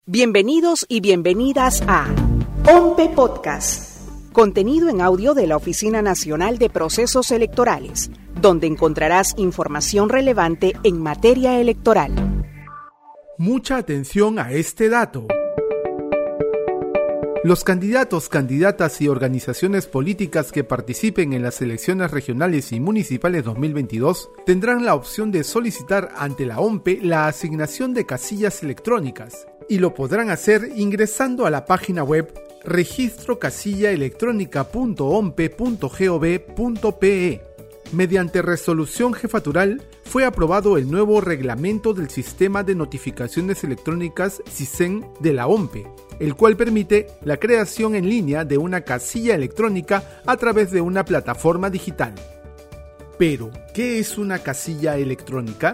Bienvenidos y bienvenidas a OMPE Podcast, contenido en audio de la Oficina Nacional de Procesos Electorales, donde encontrarás información relevante en materia electoral. Mucha atención a este dato. Los candidatos, candidatas y organizaciones políticas que participen en las elecciones regionales y municipales 2022 tendrán la opción de solicitar ante la OMPE la asignación de casillas electrónicas y lo podrán hacer ingresando a la página web registrocasillaelectronica.ompe.gov.pe. Mediante resolución jefatural fue aprobado el nuevo reglamento del Sistema de Notificaciones Electrónicas SISEN de la OMPE, el cual permite la creación en línea de una casilla electrónica a través de una plataforma digital. Pero, ¿qué es una casilla electrónica?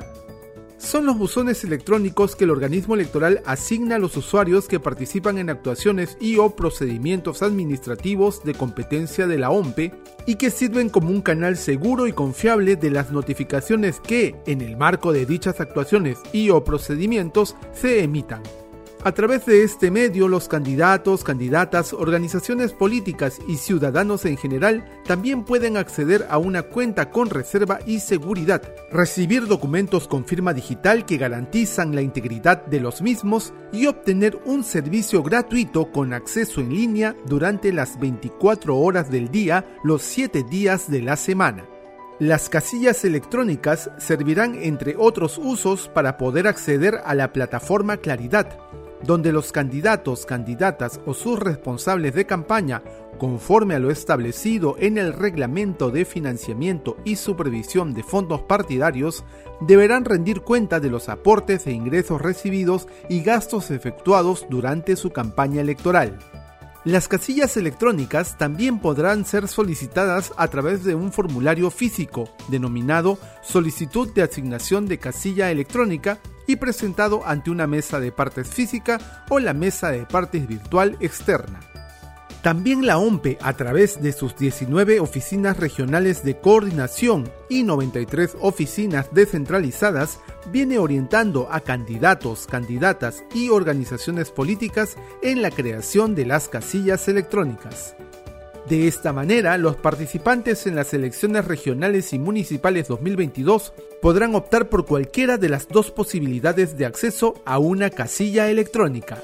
Son los buzones electrónicos que el organismo electoral asigna a los usuarios que participan en actuaciones y/o procedimientos administrativos de competencia de la OMPE y que sirven como un canal seguro y confiable de las notificaciones que, en el marco de dichas actuaciones y/o procedimientos, se emitan. A través de este medio, los candidatos, candidatas, organizaciones políticas y ciudadanos en general también pueden acceder a una cuenta con reserva y seguridad, recibir documentos con firma digital que garantizan la integridad de los mismos y obtener un servicio gratuito con acceso en línea durante las 24 horas del día, los 7 días de la semana. Las casillas electrónicas servirán, entre otros usos, para poder acceder a la plataforma Claridad, donde los candidatos, candidatas o sus responsables de campaña, conforme a lo establecido en el Reglamento de Financiamiento y Supervisión de Fondos Partidarios, deberán rendir cuenta de los aportes e ingresos recibidos y gastos efectuados durante su campaña electoral. Las casillas electrónicas también podrán ser solicitadas a través de un formulario físico, denominado Solicitud de Asignación de Casilla Electrónica, y presentado ante una mesa de partes física o la mesa de partes virtual externa. También la OMPE, a través de sus 19 oficinas regionales de coordinación y 93 oficinas descentralizadas, viene orientando a candidatos, candidatas y organizaciones políticas en la creación de las casillas electrónicas. De esta manera, los participantes en las elecciones regionales y municipales 2022 podrán optar por cualquiera de las dos posibilidades de acceso a una casilla electrónica.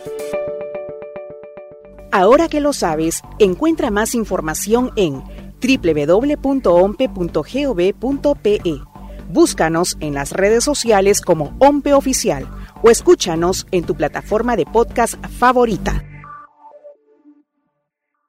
Ahora que lo sabes, encuentra más información en www.ompe.gov.pe. Búscanos en las redes sociales como OMPE Oficial o escúchanos en tu plataforma de podcast favorita.